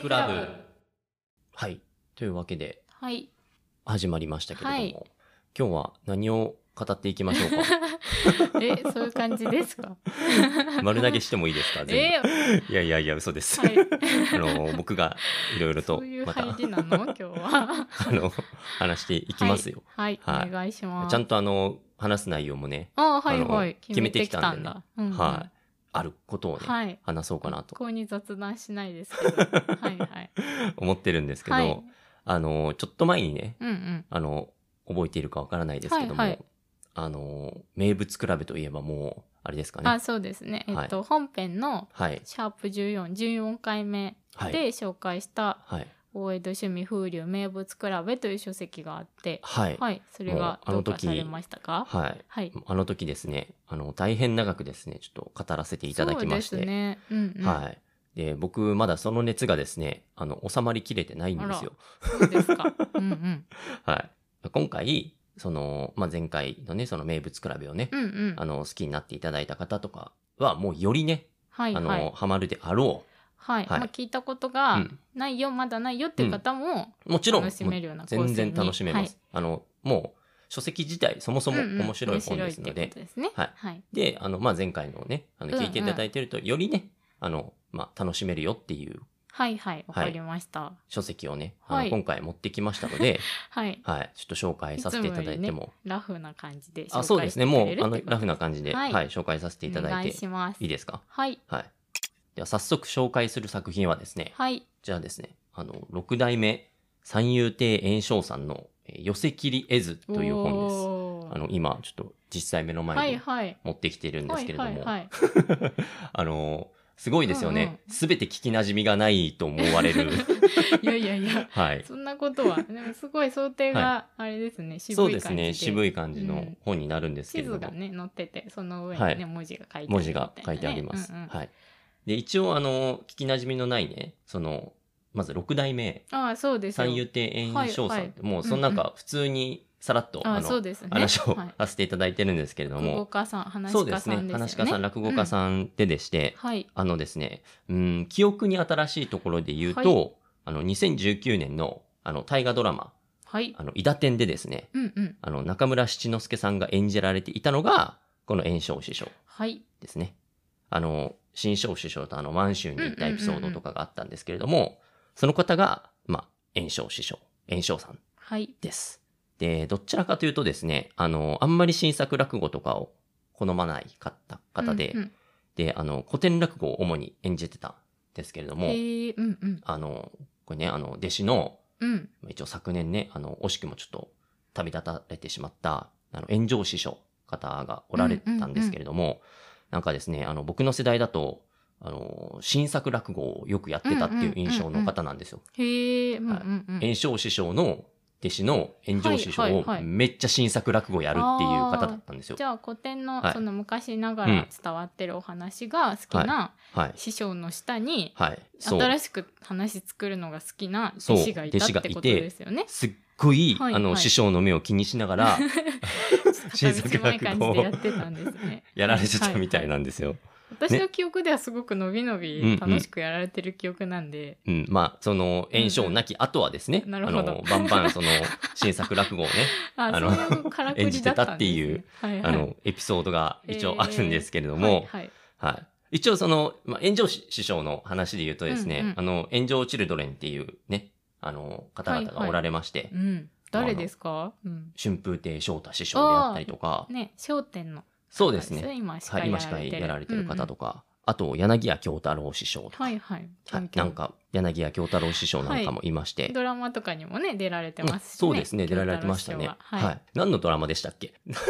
クラブ。はい。というわけで、 はい。 始まりましたけれども、 はい、 今日は何を語っていきましょうか。 そういう感じですか。 丸投げしてもいいですか、全部。いや、嘘です。はい、僕がいろいろとまた、そういう入りなの今日は。 話していきますよ。 はい、はい、お願いします。 ちゃんと話す内容もね、決めてきたんでね。はい。あることをね、話そうかなと。 一向に雑談しないですけど。はいはい。 思ってるんですけど、ちょっと前にね、覚えているかわからないですけども、名物クラブといえばもう、あれですかね。 そうですね。本編の、シャープ14、14回目で紹介した、大江戸趣味風流名物クラブという書籍があって、それがどうかされましたか？ あの時ですね、大変長くですね、ちょっと語らせていただきまして。そうですね。で、僕、まだその熱がですね、収まりきれてないんですよ。 そうですか。 今回、前回のね、その名物クラブをね、好きになっていただいた方とかは、もうよりね、ハマるであろう。 聞いたことがないよ、まだないよっていう方も、 もちろん、 楽しめるような構成に全然楽しめます。もう、書籍自体、そもそも面白い本ですので、で、前回のね、聞いていただいてると、よりね、楽しめるよっていう、 わかりました。 書籍をね、今回持ってきましたので、ちょっと紹介させていただいても。 ラフな感じで紹介してくれる？ そうですね、もう、ラフな感じで、紹介させていただいて、いいですか？ はい。 では早速紹介する作品はですね、じゃあですね、6代目三遊亭圓生さんの寄せ切り絵図という本です。今ちょっと実際目の前に持ってきているんですけれども、すごいですよね。すべて聞き馴染みがないと思われる。 いや、そんなことは。でもすごい想定があれですね、渋い感じで。 そうですね、渋い感じの本になるんですけれども。 地図がね、載ってて、その上にね、文字が書いてある。 文字が書いてあります。で、一応聞き馴染みのないね、まず6代目。三遊亭圓生さんって、もうそのなんか普通にさらっと、話をさせていただいてるんですけれども。 落語家さん、話そうですね、話家さん、落語家さんででして、ですね、記憶に新しいところで言うと、2019年の、大河ドラマ、伊達天でですね、中村七之助さんが演じられていたのが、この圓生師匠ですね。新章師匠と満州に行ったエピソードとかがあったんですけれども、その方が、圓生師匠、圓生さんです。で、どちらかというとですね、あんまり新作落語とかを好まない方で、で、古典落語を主に演じてたんですけれども、これね、弟子の、一応昨年ね、惜しくもちょっと旅立たれてしまった、圓生師匠方がおられたんですけれども、なんかですね、僕の世代だと、新作落語をよくやってたっていう印象の方なんですよ。圓生師匠の弟子の圓生師匠をめっちゃ新作落語やるっていう方だったんですよ。 じゃあ古典のその昔ながら伝わってるお話が好きな師匠の下に、新しく話作るのが好きな弟子がいたってことですよね。 すっごい、師匠の目を気にしながら、 新作落語をやられてたみたいなんですよ。 私の記憶ではすごくのびのび楽しくやられてる記憶なんで。 その圓生なき後はですね、バンバンその新作落語をね、演じてたっていう、エピソードが一応あるんですけれども、一応その、圓生師匠の話で言うとですね、圓生チルドレンっていうね、方々がおられまして、 誰ですか？ 春風亭昇太師匠であったりとか、 笑点の。 そうですね。 今しかやられてる方とか、あと、柳家京太郎師匠とか。なんか、柳家京太郎師匠なんかもいまして。 ドラマとかにもね、出られてますしね。 そうですね、出られてましたね。何のドラマでしたっけ？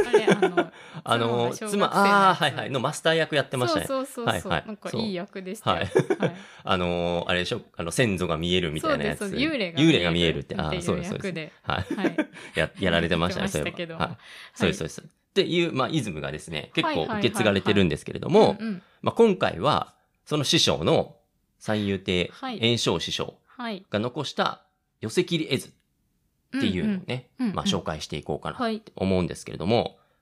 妻、のマスター役やってましたね。 そう。なんかいい役でしたよ。 あれでしょ、先祖が見えるみたいなやつ。 幽霊が見えるって、そうです。 やられてましたね、そういえば。そうです。っていう、イズムがですね、結構受け継がれてるんですけれども、今回は、その師匠の三遊亭圓生師匠が残した寄せ切り絵図っていうのをね、紹介していこうかなって思うんですけれども、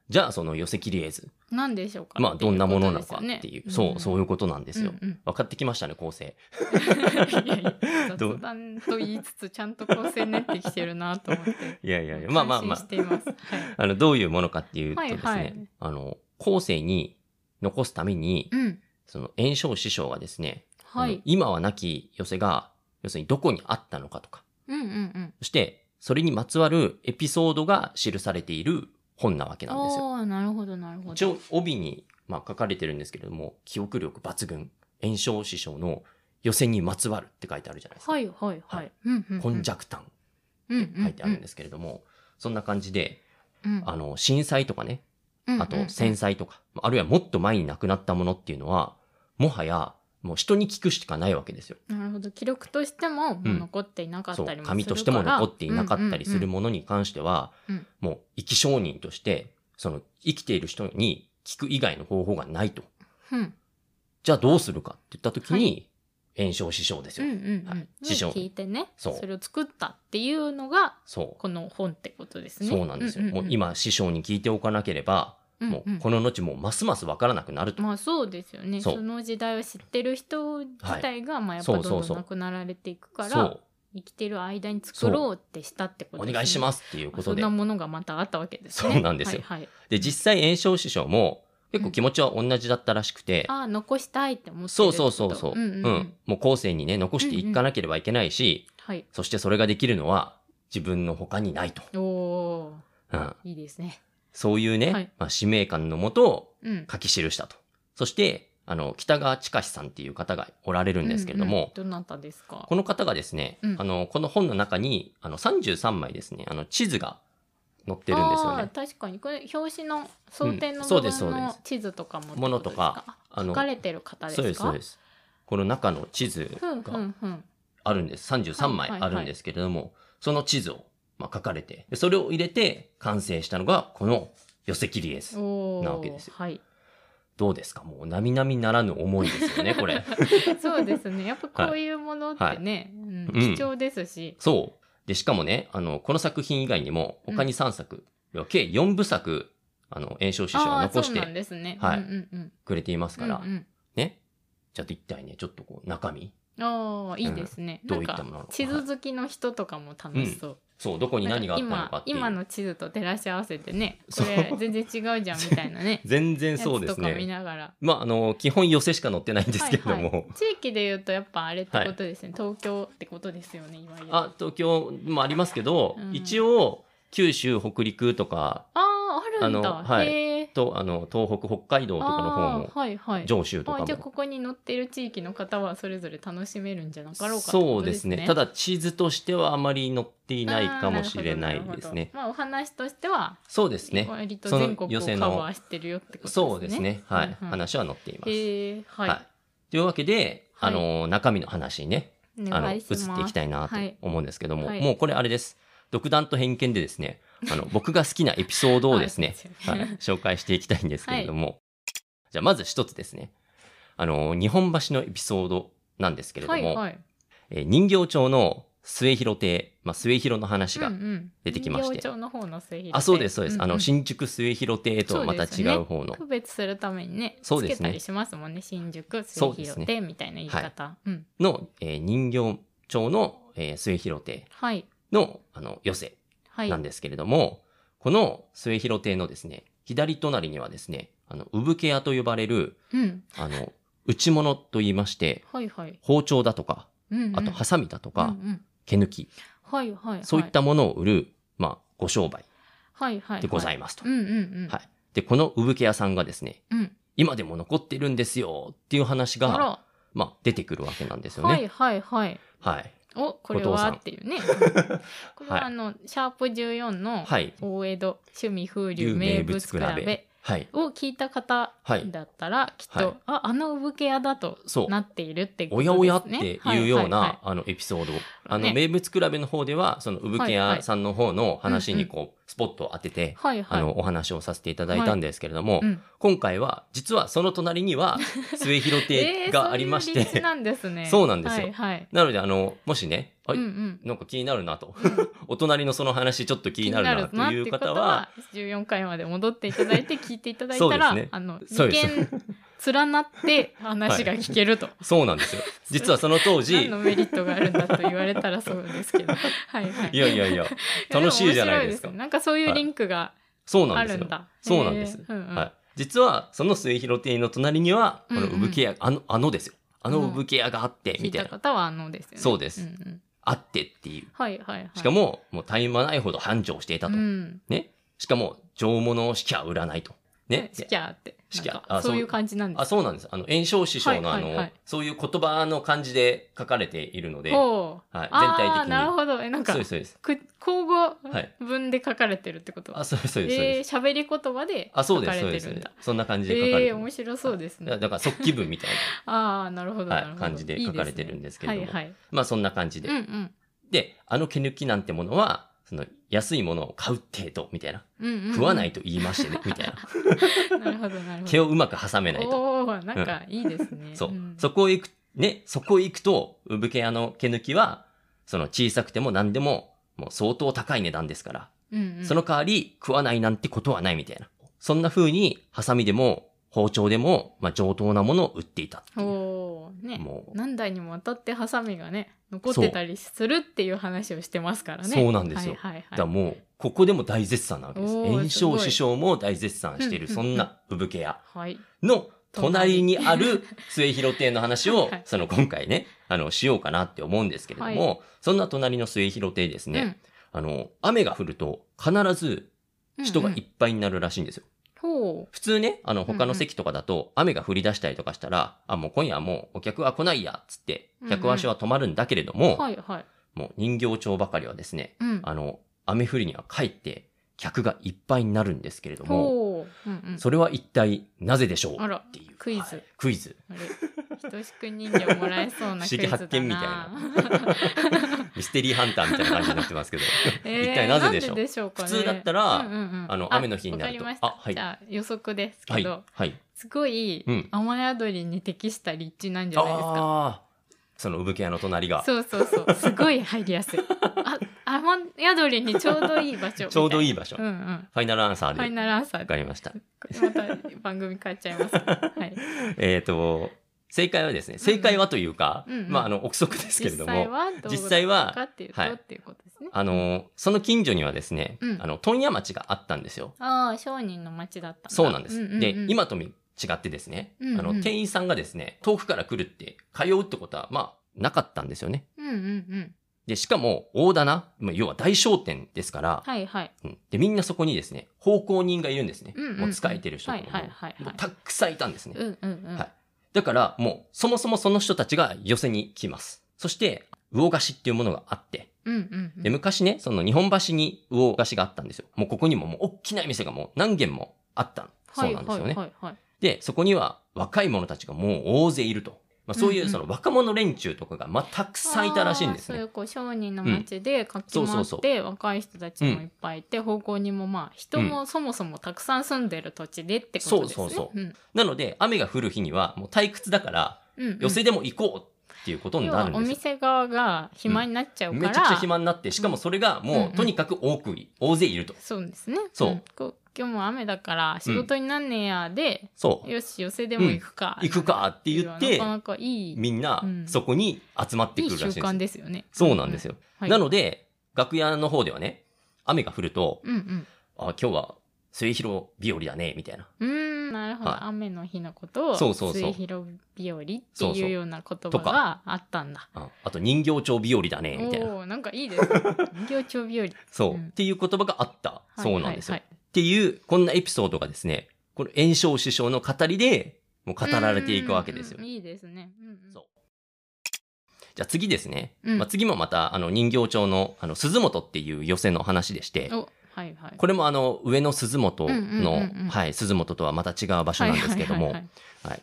じゃあその寄せ切り絵図何でしょうか、 まあどんなものなのかっていう、そういうことなんですよ、分かってきましたね構成。 いやいや雑談と言いつつちゃんと構成練ってきてるなと思って。 いやまあどういうものかっていうとですね、後世に残すために、その圓生師匠がですね、今は亡き寄せが要するにどこにあったのかとか、そしてそれにまつわるエピソードが記されている本なわけなんですよ。 なるほどなるほど。 一応帯に書かれてるんですけれども、記憶力抜群圓生師匠の寄せにまつわるって書いてあるじゃないですか。本弱譚って書いてあるんですけれども、そんな感じで、震災とかね、あと戦災とか、あるいはもっと前に亡くなったものっていうのはもはやもう人に聞くしかないわけですよ。 なるほど。記録としても残っていなかったりもするから、 紙としても残っていなかったりするものに関しては、もう生き証人としてその生きている人に聞く以外の方法がないと、じゃあどうするかって言った時に、圓生師匠ですよ。 師匠聞いてね、それを作ったっていうのがこの本ってことですね。 そうなんですよ。もう今師匠に聞いておかなければ、もうこの後もますます分からなくなると。 まあそうですよね。その時代を知ってる人自体がやっぱどんどん亡くなられていくから、生きてる間に作ろうってしたってことですね。 お願いしますっていうことで。 そんなものがまたあったわけですね。 そうなんですよ。で実際圓生師匠も結構気持ちは同じだったらしくて、 残したいって思ってるってこと。 そうもう後世にね残していかなければいけないし、そしてそれができるのは自分の他にないと。 いいですね。 そういうね、使命感のもとを書き記したと。そして北川親さんっていう方がおられるんですけれども、 どなたですか？ この方がですね、この本の中に33枚ですね、地図が載ってるんですよね。 確かにこれ表紙の装填の部分の地図とかもものとか書かれてる方ですか？ そうです。この中の地図があるんです。33枚あるんですけれども、その地図を書かれて、それを入れて完成したのがこの寄せ切り絵図なわけですよ。どうですか？もう並々ならぬ思いですよねこれ。 そうですね。やっぱこういうものってね、貴重ですし。 そうでしかもね、この作品以外にも他に3作、計4部作圓生師匠は残してくれていますから、ね。じゃあ一体ね、ちょっとこう中身。 いいですね。どういったものなのか。地図好きの人とかも楽しそう。 そう、どこに何があったのかっていう。 今の地図と照らし合わせてね、これ全然違うじゃんみたいなね。 全然そうですね。 やつとか見ながら。 基本寄せしか載ってないんですけれども。 地域で言うとやっぱあれってことですね。東京ってことですよね、いわゆる。 東京もありますけど、一応九州、北陸とか。 あるんだ。 と東北、北海道とかの方も、上州とかも。 じゃあここに載ってる地域の方はそれぞれ楽しめるんじゃなかろうか。 そうですね。ただ地図としてはあまり載っていないかもしれないですね。 お話としてはそうですね。 割と全国をカバーしてるよってことですね。 そうですね。話は載っています。というわけで中身の話にね移っていきたいなと思うんですけども、もうこれあれです。独断と偏見でですね、僕が好きなエピソードをですね、紹介していきたいんですけれども、じゃあまず一つですね、日本橋のエピソードなんですけれども、人形町の末広亭、末広の話が出てきまして、 人形町の方の末広亭、 そうですそうです、新宿末広亭とまた違う方の、 区別するためにね、つけたりしますもんね、新宿末広亭みたいな言い方の人形町の末広亭の寄せなんですけれども、この末広亭のですね、左隣にはですね、産毛屋と呼ばれる、打物と言いまして、包丁だとか、あとハサミだとか、毛抜き、そういったものを売る、ご商売でございますと。で、この産毛屋さんがですね、今でも残ってるんですよっていう話が、出てくるわけなんですよね。 これはっていうね。これはシャープ14の大江戸趣味風流名物比べを聞いた方だったらきっと、産毛屋だとなっているってことですね。 おやおやっていうようなエピソードからね。 名物比べの方では、その産毛屋さんの方の話にこう、スポットを当てて、お話をさせていただいたんですけれども、今回は、実はその隣には、末広亭がありまして、 そうなんですね。 そうなんですよ。なので、もしね、なんか気になるなと。お隣のその話ちょっと気になるなという方は、 14回まで戻っていただいて聞いていただいたら、2件連なって話が聞けると。 そうなんですよ。実はその当時。 何のメリットがあるんだと言われたらそうですけど。はいはい。 いやいやいや、楽しいじゃないですか。 なんかそういうリンクがあるんだ。 そうなんです。はい。実は、その末広亭の隣には、この産毛屋、ですよ。産毛屋があって、みたいな。 聞いた方はですよね。 そうです。あってっていう。しかも、もう絶え間ないほど繁盛していたと。ね。しかも、上物しきゃ売らないと。ね。 しきゃって。そういう感じなんですか。 そうなんです。炎症師匠のそういう言葉の感じで書かれているので、全体的に。 なるほど。なんか、 そうです。 口語文で書かれてるってことは。 そうです。 喋り言葉で書かれてるんだ。 そんな感じで書かれてる。 面白そうですね。 だから即記文みたいな。なるほど。 感じで書かれてるんですけれども。まあそんな感じで。で、毛抜きなんてものは、その安いものを買う程度みたいな、食わないと言いましてねみたいな。なるほどなるほど。 毛をうまく挟めないと。 なんかいいですね。 そう、そこへ行くと産毛屋の毛抜きはその小さくても何でももう相当高い値段ですから、その代わり食わないなんてことはないみたいな。そんな風にハサミでも包丁でも上等なものを売っていたっていう。 もう何代にもわたってハサミがね残ってたりするっていう話をしてますからね。 そうなんですよ。だからもうここでも大絶賛なわけです。炎症師匠も大絶賛しているそんな産毛屋の隣にある末広亭の話をその今回ねしようかなって思うんですけれども、そんな隣の末広亭ですね、雨が降ると必ず人がいっぱいになるらしいんですよ。普通ね、他の席とかだと、雨が降り出したりとかしたら、もう今夜はもうお客は来ないや、つって、客足は止まるんだけれども、もう人形町ばかりはですね、雨降りには帰って、客がいっぱいになるんですけれども、それは一体なぜでしょうっていう。 クイズ。 クイズ。 ひとしくん人形もらえそうなクイズだな。 不思議発見みたいな。ミステリーハンターみたいな感じになってますけど。一体なぜでしょう。普通だったら、雨の日になると。 じゃあ予測ですけど、すごい雨宿りに適した立地なんじゃないですか。 その産毛屋の隣が。 そう。すごい入りやすい。雨宿りにちょうどいい場所。 ちょうどいい場所。ファイナルアンサーで。 ファイナルアンサーで。 わかりました。 また番組変えちゃいます。 正解はですね、正解はというか、憶測ですけれども、実際は、その近所にはですね、問屋町があったんですよ。 商人の町だったんだ。 そうなんです。で、今と違ってですね、店員さんがですね、遠くから来るって通うってことは、なかったんですよね。で、しかも、大棚、要は大商店ですから、で、みんなそこにですね、奉公人がいるんですね。もう使えてる人とかも、たくさんいたんですね。だから、もう、そもそもその人たちが寄せに来ます。そして、魚菓子っていうものがあって、で、昔ね、その日本橋に魚菓子があったんですよ。もうここにももう大きな店がもう何軒もあったそうなんですよね。で、そこには若い者たちがもう大勢いると。そういうその若者連中とかがたくさんいたらしいんですね。 そういう商人の町で活気もあって、若い人たちもいっぱいいて、奉公人も人もそもそもたくさん住んでる土地でってことですね。 そう。なので、雨が降る日にはもう退屈だから、寄せでも行こうっていうことになるんですよ。 お店側が暇になっちゃうから。 めちゃくちゃ暇になって、しかもそれがもうとにかく大勢いると。 そうですね。今日も雨だから仕事になんねえやで、よし寄せでも行くか、 って言ってなかなかいいみんなそこに集まってくるらしいんです。 いい習慣ですよね。 そうなんですよ。なので楽屋の方ではね、雨が降ると、今日は末広日和だねみたいな。 なるほど。雨の日のことを末広日和っていうような言葉があったんだ。 あと人形町日和だねみたいな。 なんかいいですね。人形町日和。 っていう言葉があったそうなんですよ。っていう、こんなエピソードがですね、この炎症師匠の語りで、もう語られていくわけですよ。 いいですね。 じゃあ次ですね。次もまた、人形町の、鈴本っていう寄せの話でして、 これも上野鈴本の、はい、鈴本とはまた違う場所なんですけども、はい、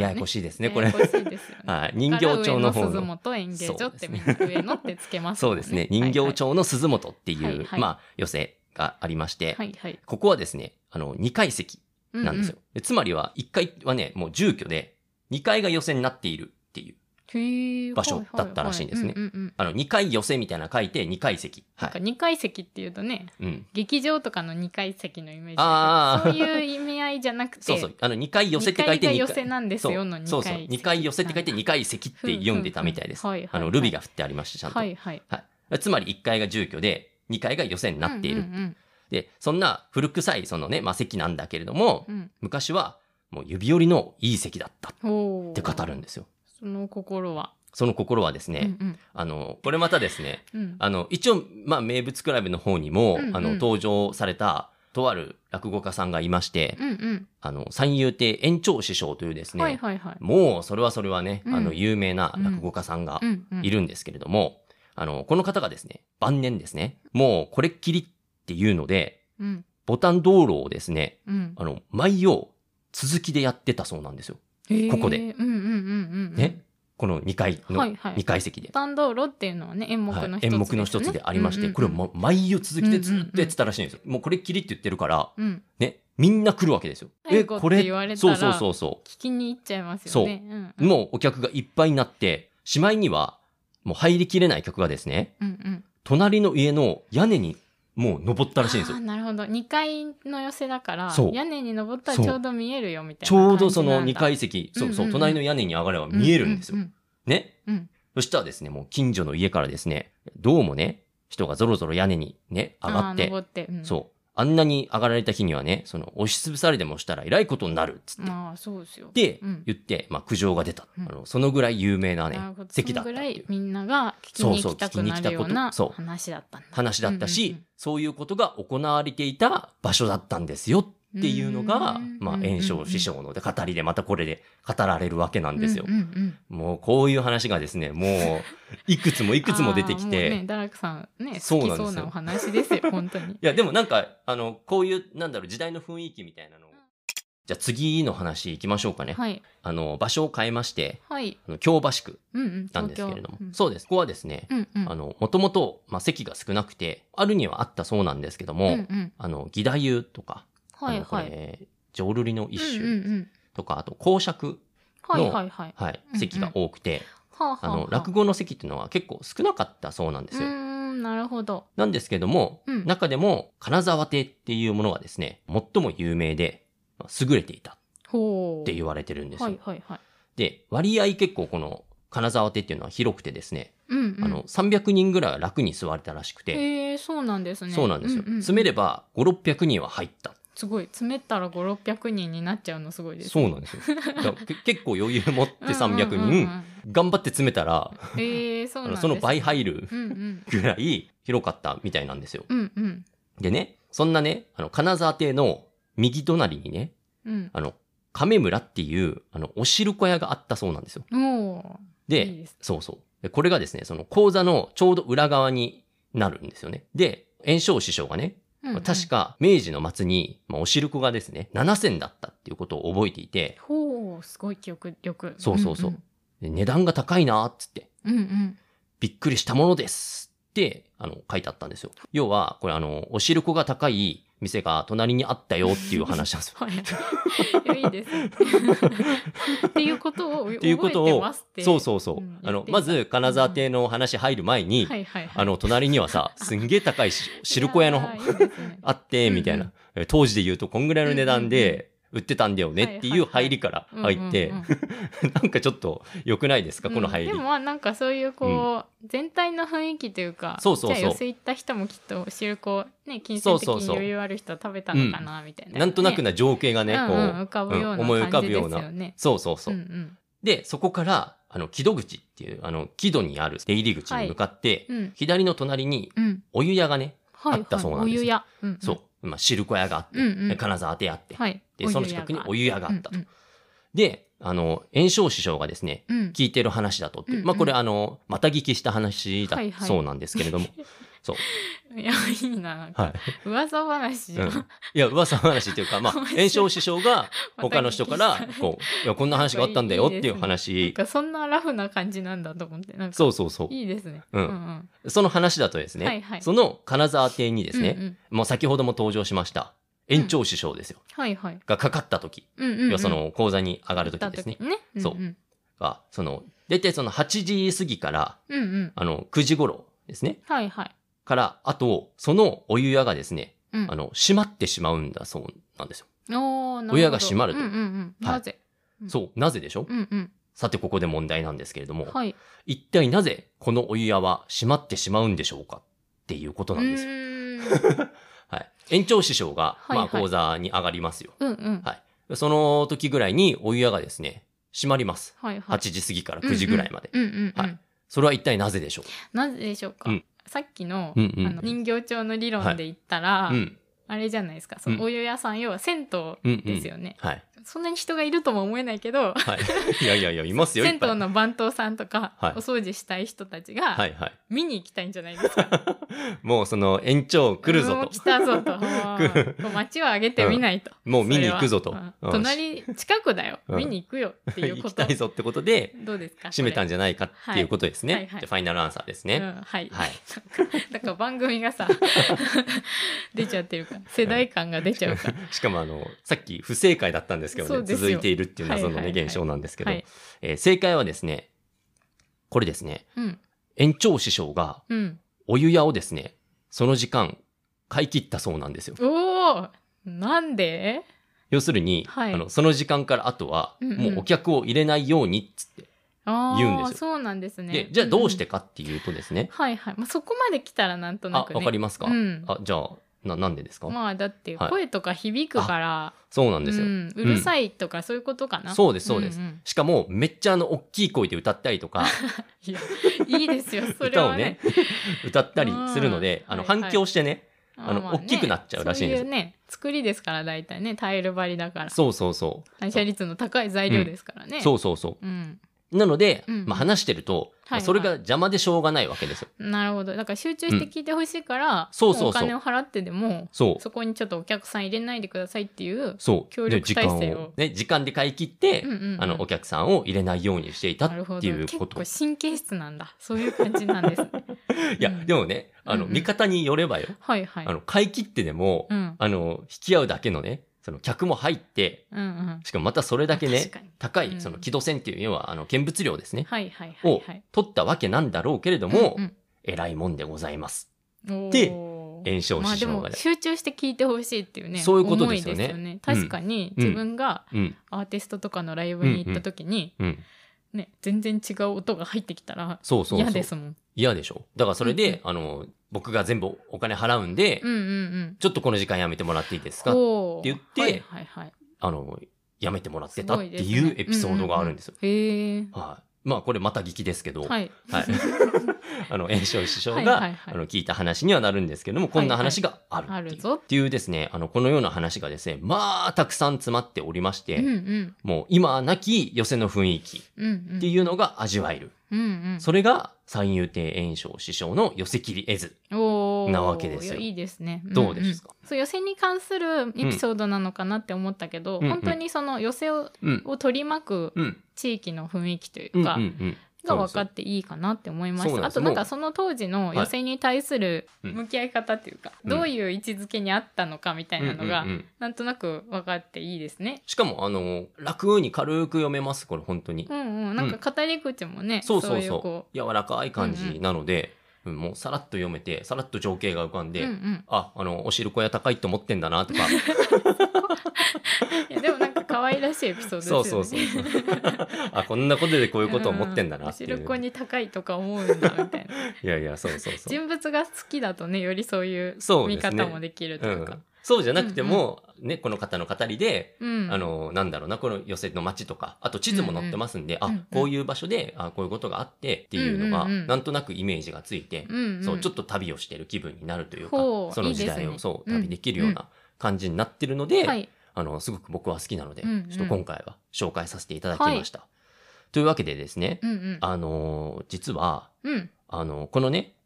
ややこしいですね、これ。 ややこしいですよね。 はい、人形町の方の。 鈴本演芸所ってみんな上野ってつけますもんね。 そうですね。人形町の鈴本っていう、まあ、寄席がありまして、ここはですね、2階席なんですよ。つまりは、1階はね、もう住居で、2階が寄席になっているっていう。場所だったらしいんですね。2階寄せみたいな書いて2階席。 なんか2階席っていうとね、劇場とかの2階席のイメージだけど、そういう意味合いじゃなくて、 そうそう、2階寄せって書いて 2階寄せなんですよの2階。 そうそう、2階寄せって書いて2階席って読んでたみたいです。ルビが振ってありました、ちゃんと。はいはい。つまり1階が住居で、2階が寄せになっている。で、そんな古臭いそのね、まあ席なんだけれども、昔はもう指折りのいい席だったって語るんですよ。 その心はですね、これまたですね、一応、まあ、名物クラブの方にも、登場された、とある落語家さんがいまして、三遊亭圓朝師匠というですね、もう、それはね、有名な落語家さんがいるんですけれども、この方がですね、晩年ですね、もう、これっきりっていうので、ボタン道路をですね、毎夜、続きでやってたそうなんですよ。ここで。ね。この2階の、2階席で。 ボタン道路っていうのはね、演目の一つですね。 演目の一つでありまして、これを毎夜続きでずっとやってたらしいんですよ。もうこれっきりって言ってるから、ね、みんな来るわけですよ。 これ言われたら、 そう。 聞きに行っちゃいますよね。 そう。もうお客がいっぱいになって、しまいには、もう入りきれない客がですね、隣の家の屋根にもう登ったらしいんですよ。 なるほど。2階の寄せだから、屋根に登ったらちょうど見えるよみたいなちょうどその2階席、隣の屋根に上がれば見えるんですよ。ね。そしたらですね、もう近所の家からですね、どうもね、人がぞろぞろ屋根にね、上がって、そう。あんなに上がられた日にはね、押しつぶされでもしたらえらいことになるっつって。 そうですよ。 で、言って、まあ苦情が出た。そのぐらい有名なね、席だった。 そのぐらいみんなが聞きに行きたくなるような話だったんだ。 話だったし、そういうことが行われていた場所だったんですよっていうのが、まあ圓生師匠の語りでまたこれで語られるわけなんですよ。もうこういう話がですね、もういくつも出てきて。 ダークさんね、好きそうなお話ですよ、本当に。 いや、でもなんか、こういう、時代の雰囲気みたいなの。じゃあ次の話行きましょうかね。場所を変えまして、京橋区なんですけれども。そうです。ここはですね、もともと、席が少なくて、あるにはあったそうなんですけども、義太夫とか、浄瑠璃の一種とか、あと公爵の席が多くて、落語の席っていうのは結構少なかったそうなんですよ。 なるほど。 なんですけども、中でも金沢亭っていうものがですね、最も有名で優れていたって言われてるんですよ。で、割合結構この金沢亭っていうのは広くてですね、300人ぐらいは楽に座れたらしくて。 そうなんですね。 そうなんですよ。詰めれば5、600人は入った。 すごい。詰めたら5、600人になっちゃうのすごいです。 そうなんですよ。結構余裕持って300人、頑張って詰めたら、その倍入るぐらい広かったみたいなんですよ。でね、そんなね、金沢亭の右隣にね、亀村っていう、お汁粉屋があったそうなんですよ。で、これがですね、その講座のちょうど裏側になるんですよね。で、圓生師匠がね、確か明治の末に、お汁粉がですね、7銭だったっていうことを覚えていて。 すごい記憶力。 そう。値段が高いなーっつって。びっくりしたものですって、書いてあったんですよ。要は、これお汁粉が高い店が隣にあったよっていう話なんですよ。いいですね。っていうことを覚えてますって。 そう。まず、金沢亭の話入る前に、隣にはさ、すんげえ高い汁粉屋のあって、みたいな。当時で言うとこんぐらいの値段で売ってたんだよねっていう入りから入って、なんかちょっと良くないですか、この入り。 でもなんかそういう全体の雰囲気というか、じゃあ寄せ行った人もきっと汁粉、ね、金銭的に余裕ある人は食べたのかな、みたいな。 なんとなくな情景がね、 浮かぶような感じですよね。 そう。で、そこから、木戸口っていう、木戸にある出入り口に向かって、左の隣に、お湯屋がね、あったそうなんですよ。お湯屋。そう。汁粉屋があって、金沢亭あって、で、その近くにお湯屋があったと。で、圓生師匠がですね、聞いてる話だとって、これまた聞きした話だそうなんですけれども、 そう。 いや、いいな。なんか、はい、噂話じゃん。いや、噂話っていうか、まあ、炎症師匠が他の人から、こう、いや、こんな話があったんだよっていう話。 なんか、そんなラフな感じなんだと思って。なんかそうそうそう。 いいですね。 その話だとですね、はいはい、その金沢亭にですね、もう先ほども登場しました、延長師匠ですよ。はいはい。がかかった時。要はその講座に上がる時ですね。そう。が、その、大体その8時過ぎから、9時頃ですね。はいはい。から、あと、そのお湯屋がですね、閉まってしまうんだそうなんですよ。お湯屋が閉まると。なぜ？そう、なぜでしょ？さて、ここで問題なんですけれども、一体なぜこのお湯屋は閉まってしまうんでしょうかっていうことなんですよ。はい。延長師匠が、まあ、講座に上がりますよ。はい。その時ぐらいにお湯屋がですね、閉まります。8時過ぎから9時ぐらいまで。はい。それは一体なぜでしょう？なぜでしょうか？さっきの、人形町の理論で言ったら、あれじゃないですか。そのお湯屋さん、要は銭湯ですよね。はい。そんなに人がいるとも思えないけど、はい、いやいやいや、いますよ。銭湯の番頭さんとか、お掃除したい人たちが、見に行きたいんじゃないですか。もうその延長来るぞと。もう来たぞと。街を挙げてみないと。もう見に行くぞと。隣、近くだよ。見に行くよっていうこと。行きたいぞってことで、どうですか？閉めたんじゃないかっていうことですね。じゃあファイナルアンサーですね。はい。だから番組がさ、出ちゃってるから。世代感が出ちゃうから。しかもさっき不正解だったんですけどね、続いているっていう謎のね、現象なんですけど、正解はですね、これですね、延長師匠が、お湯屋をですね、その時間、買い切ったそうなんですよ。おー、なんで？要するに、その時間からあとは、もうお客を入れないようにっつって言うんですよ。そうなんですね。で、じゃあどうしてかっていうとですね。はいはい。まあ、そこまで来たらなんとなくね。わかりますか？じゃあ、なんでですか？まあだって声とか響くから、そうなんですよ、うるさいとかそういうことかな。そうですそうです、しかもめっちゃ大きい声で歌ったりとかいやいいですよそれはね、歌をね歌ったりするので、反響してね、大きくなっちゃうらしいんですよ。そういうね作りですから大体ね、タイル張りだから。そうそうそう、反射率の高い材料ですからね。そうそうそう、なので、まあ、話してると、それが邪魔でしょうがないわけですよ。なるほど。だから集中して聞いてほしいから、お金を払ってでも、そこにちょっとお客さん入れないでくださいっていう、協力体制を。時間で買い切って、お客さんを入れないようにしていたっていうこと。結構神経質なんだ。そういう感じなんですね。いや、でもね、見方によればよ。買い切ってでも、引き合うだけのね、その客も入って、しかもまたそれだけね、高い、その木戸線っていう要は、見物料ですね。を取ったわけなんだろうけれども、偉いもんでございます。で、炎症師匠が。まあでも集中して聞いてほしいっていうね、そういうことですよね。確かに自分がアーティストとかのライブに行った時に、ね、全然違う音が入ってきたら嫌ですもん。嫌でしょ。だからそれで、僕が全部お金払うんで、ちょっとこの時間やめてもらっていいですかって言って、やめてもらってたっていうエピソードがあるんですよ。はい。まあこれまた聞きですけど、はい。炎症師匠が聞いた話にはなるんですけども、こんな話があるっていうですね、このような話がですね、まあたくさん詰まっておりまして、もう今なき寄席の雰囲気っていうのが味わえる。それが三遊亭炎症師匠の寄せ切り絵図なわけですよ。いいですね。どうですか？そう、寄せに関するエピソードなのかなって思ったけど、本当にその寄せを取り巻く地域の雰囲気というか、が分かっていいかなって思いました。あとなんかその当時の寄席に対する向き合い方っていうか、どういう位置づけにあったのかみたいなのがなんとなく分かっていいですね。しかも楽に軽く読めます、これ本当に。なんか語り口もね、そうそうそう、柔らかい感じなので、もうさらっと読めて、さらっと情景が浮かんで、お汁粉屋高いって思ってんだなとか。いやでもなんか可愛らしいエピソードですよね。そうそうそう。こんなことでこういうことを思ってんだなっていう。お汁粉に高いとか思うんだみたいな。いやいや、そうそうそう。人物が好きだとね、よりそういう見方もできるというか。そうじゃなくても、ね、この方の語りで、なんだろうな、この寄席の街とか、あと地図も載ってますんで、こういう場所で、こういうことがあってっていうのが、なんとなくイメージがついて、そう、ちょっと旅をしてる気分になるというか、その時代をそう、旅できるような感じになってるので、すごく僕は好きなので、ちょっと今回は紹介させていただきました。というわけでですね、実は、このね、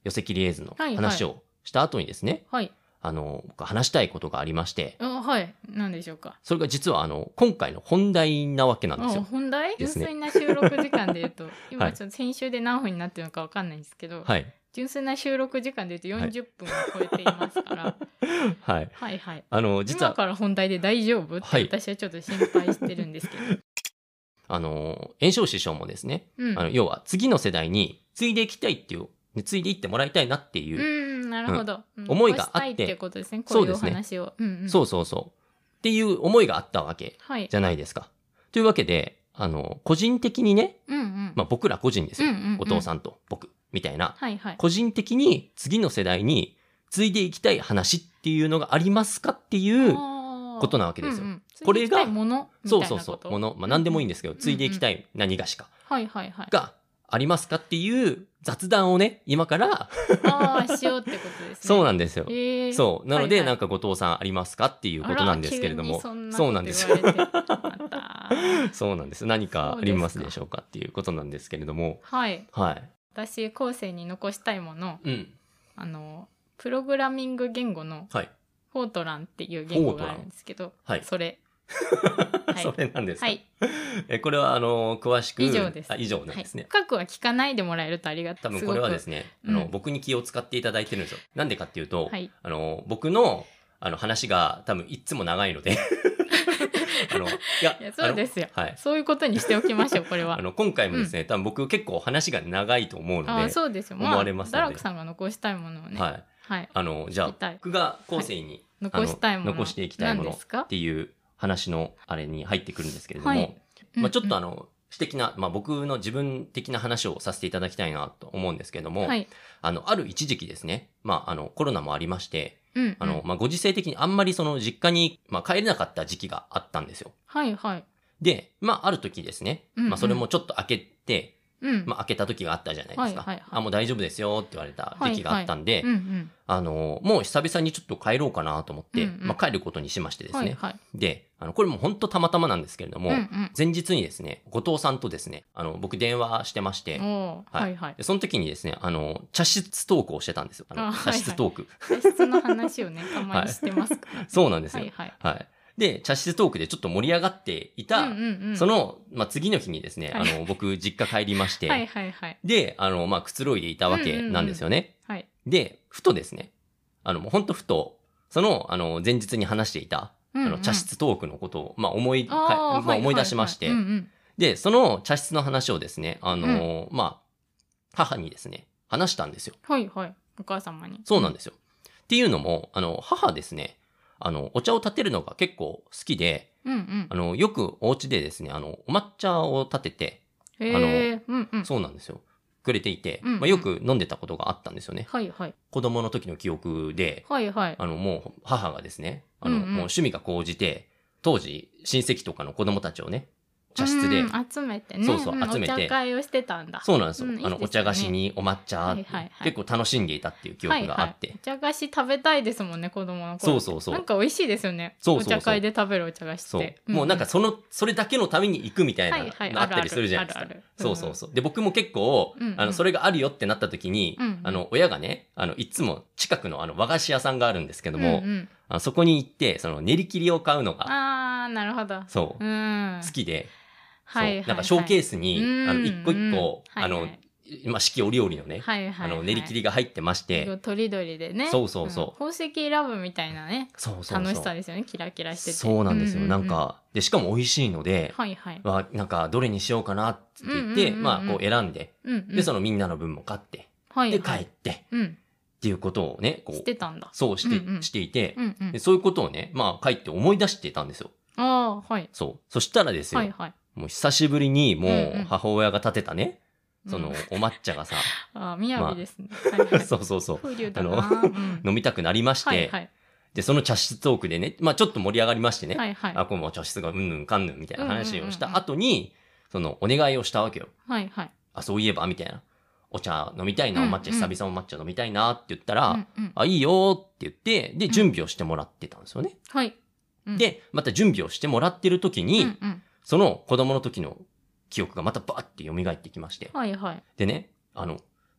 寄せ切り絵図の話をした後にですね、 はい。 僕話したいことがありまして、 はい。何でしょうか。 それが実は今回の本題なわけなんですよ。 本題純粋な収録時間で言うと、今ちょっと先週で何分になってるのか分かんないんですけど、はい。純粋な収録時間で言うと40分を超えていますから、はい。はいはい。実は今から本題で大丈夫って私はちょっと心配してるんですけど。 圓生師匠もですね、要は次の世代に継いでいきたいっていう、継いでいってもらいたいなっていう、 なるほど。 思いがあって、 っていうことですね。こういうお話を。 そうそうそう。っていう思いがあったわけじゃないですか。というわけで、個人的にね、まあ僕ら個人ですよ。お父さんと僕みたいな、個人的に次の世代に継いでいきたい話っていうのがありますかっていうことなわけですよ。これが、そうそうそう、もの、まあ何でもいいんですけど、継いでいきたい何がしかがありますかっていう雑談をね、今からしようってことですね。 そうなんですよ。そう。なので、なんか後藤さんありますかっていうことなんですけれども。そうなんですよ。そうなんです。何かありますでしょうかっていうことなんですけれども。 はい。はい。私、後世に残したいもの、プログラミング言語の、フォートランっていう言語があるんですけど、それ。 それなんですか。はい。これは詳しく以上です。 以上なんですね。 深くは聞かないでもらえるとありがたい。 多分これはですね、僕に気を使っていただいてるんですよ。なんでかっていうと、僕の話が多分いつも長いので。 いやそうですよ。そういうことにしておきましょう。これは。 今回もですね、多分僕結構話が長いと思うので。 そうですよ。思われますので。ダラクさんが残したいものをね。はい。 じゃあ僕が後世に残していきたいものっていう話のあれに入ってくるんですけれども、まあちょっと私的な、まあ僕の自分的な話をさせていただきたいなと思うんですけれども、ある一時期ですね、まあコロナもありまして、まあご時世的にあんまりその実家に、まあ、帰れなかった時期があったんですよ。 はいはい。 で、まあある時ですね、まあそれもちょっと開けて、まあ開けた時があったじゃないですか。もう大丈夫ですよって言われた時期があったんで、もう久々にちょっと帰ろうかなと思って、まあ帰ることにしましてですね。で、これも本当たまたまなんですけれども、前日にですね、後藤さんとですね、僕電話してまして、でその時にですね、茶室トークをしてたんですよ。茶室トーク。 茶室の話をね、たまにしてますから。 そうなんですよ。はい。で、茶室トークでちょっと盛り上がっていた、その、まあ、次の日にですね、僕、実家帰りまして、で、まあ、くつろいでいたわけなんですよね。で、ふとですね、もうほんとふと、その、前日に話していた、茶室トークのことを、まあ、思い出しまして、で、その茶室の話をですね、まあ、母にですね、話したんですよ。 はいはい。お母様に。 そうなんですよ。っていうのも、母ですね、お茶を立てるのが結構好きで、よくお家でですね、お抹茶を立てて、そうなんですよ。くれていて、まあ、よく飲んでたことがあったんですよね。子供の時の記憶で、もう母がですね、もう趣味が高じて、当時親戚とかの子供たちをね、茶室で集めてね。 そうそう、集めて。 お茶会をしてたんだ。 そうなんですよ。お茶菓子にお抹茶、結構楽しんでいたっていう記憶があって。 お茶菓子食べたいですもんね、子供の頃。そう。なんか美味しいですよね。お茶会で食べるお茶菓子って。 もうなんかそれだけのために行くみたいなのあったりするじゃないですか。そう。で、僕も結構、それがあるよってなった時に、親がね、いつも近くの和菓子屋さんがあるんですけども、そこに行って、その練り切りを買うのが、 なるほど。 そう。好きで、なんかショーケースに、一個一個、まあ、四季折々のね、練り切りが入ってまして。 とりどりでね。 そう。 宝石ラブみたいなね。楽しさですよね、キラキラしてて。 そうなんですよ。なんか、で、しかも美味しいので、なんか、どれにしようかなって言って、まあ、こう選んで、で、そのみんなの分も買って、で、帰って、っていうことをね、こう。 してたんだ。 そうしていて、そういうことをね、まあ、帰って思い出してたんですよ。そう。そしたらですよ。もう久しぶりにもう母親が立てたね、そのお抹茶がさ。 雅ですね。 そう。飲みたくなりまして、で、その茶室トークでね、まあちょっと盛り上がりましてね、この茶室がうんぬんかんぬんみたいな話をした後に、そのお願いをしたわけよ。そういえばみたいな。お茶飲みたいな、お抹茶、久々お抹茶飲みたいなって言ったら、いいよって言って、で、準備をしてもらってたんですよね。で、また準備をしてもらってる時に、その子供の時の記憶がまたバーって蘇ってきまして。でね、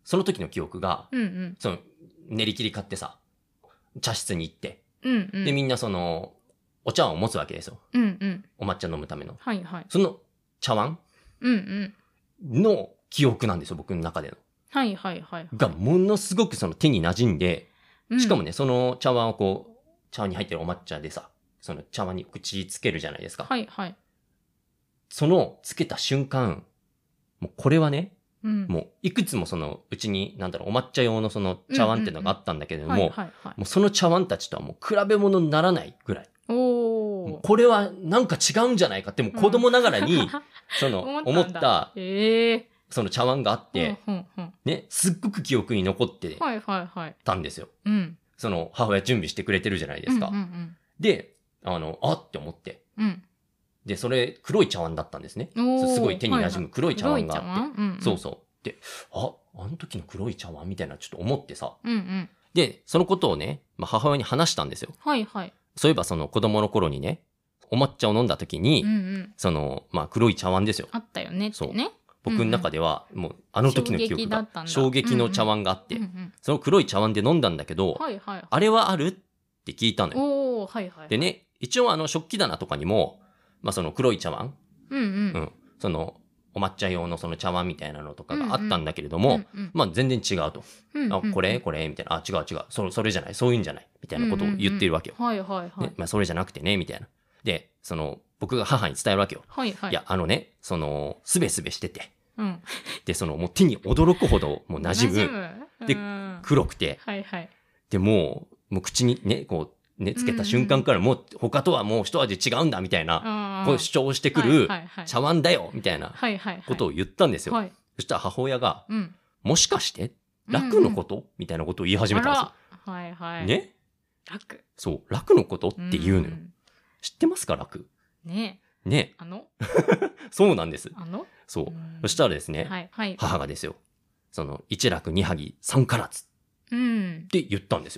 その時の記憶が、その練り切り買ってさ、茶室に行って、で、みんなその、お茶碗を持つわけですよ。お抹茶飲むための。その茶碗の記憶なんですよ、僕の中での。が、ものすごくその手に馴染んで、しかもね、その茶碗をこう、茶碗に入ってるお抹茶でさ、その茶碗に口つけるじゃないですか。そのつけた瞬間、もうこれはね、もういくつもそのうちにお抹茶用のその茶碗っていうのがあったんだけれども、もうその茶碗たちとはもう比べ物にならないぐらい。これはなんか違うんじゃないかってもう子供ながらに、その思った、その茶碗があって、ね、すっごく記憶に残ってたんですよ。その母親準備してくれてるじゃないですか。で、あって思って。で、それ黒い茶碗だったんですね。すごい手に馴染む黒い茶碗があって。そうそう。で、あの時の黒い茶碗みたいなちょっと思ってさ。で、そのことをね、母親に話したんですよ。そういえばその子供の頃にね、お抹茶を飲んだ時に、その、黒い茶碗ですよ。 あったよねってね。 僕の中では、もう、あの時の記憶が、衝撃の茶碗があって、その黒い茶碗で飲んだんだけど、あれはあるって聞いたのよ。でね、一応食器棚とかにも、その黒い茶碗、その、お抹茶用のその茶碗みたいなのとかがあったんだけれども、全然違うと。これみたいな。違う。それじゃない。そういうんじゃない。みたいなことを言っているわけよ。それじゃなくてね、みたいな。で、その、僕が母に伝えるわけよ。いや、その、すべすべしてて。で、その、もう手に驚くほど、もう馴染む。で、黒くて。で、もう口にね、こう、ね、つけた瞬間からもう他とはもう一味違うんだみたいな、こう主張してくる茶碗だよみたいなことを言ったんですよ。そしたら母親が、もしかして楽のことみたいなことを言い始めたんですよ。ね？ 楽。 そう、楽のことって言うのよ。知ってますか、楽？ ね。 そうなんです。そう。そしたらですね、 母がですよ、その一楽二萩三唐津って言ったんですよ。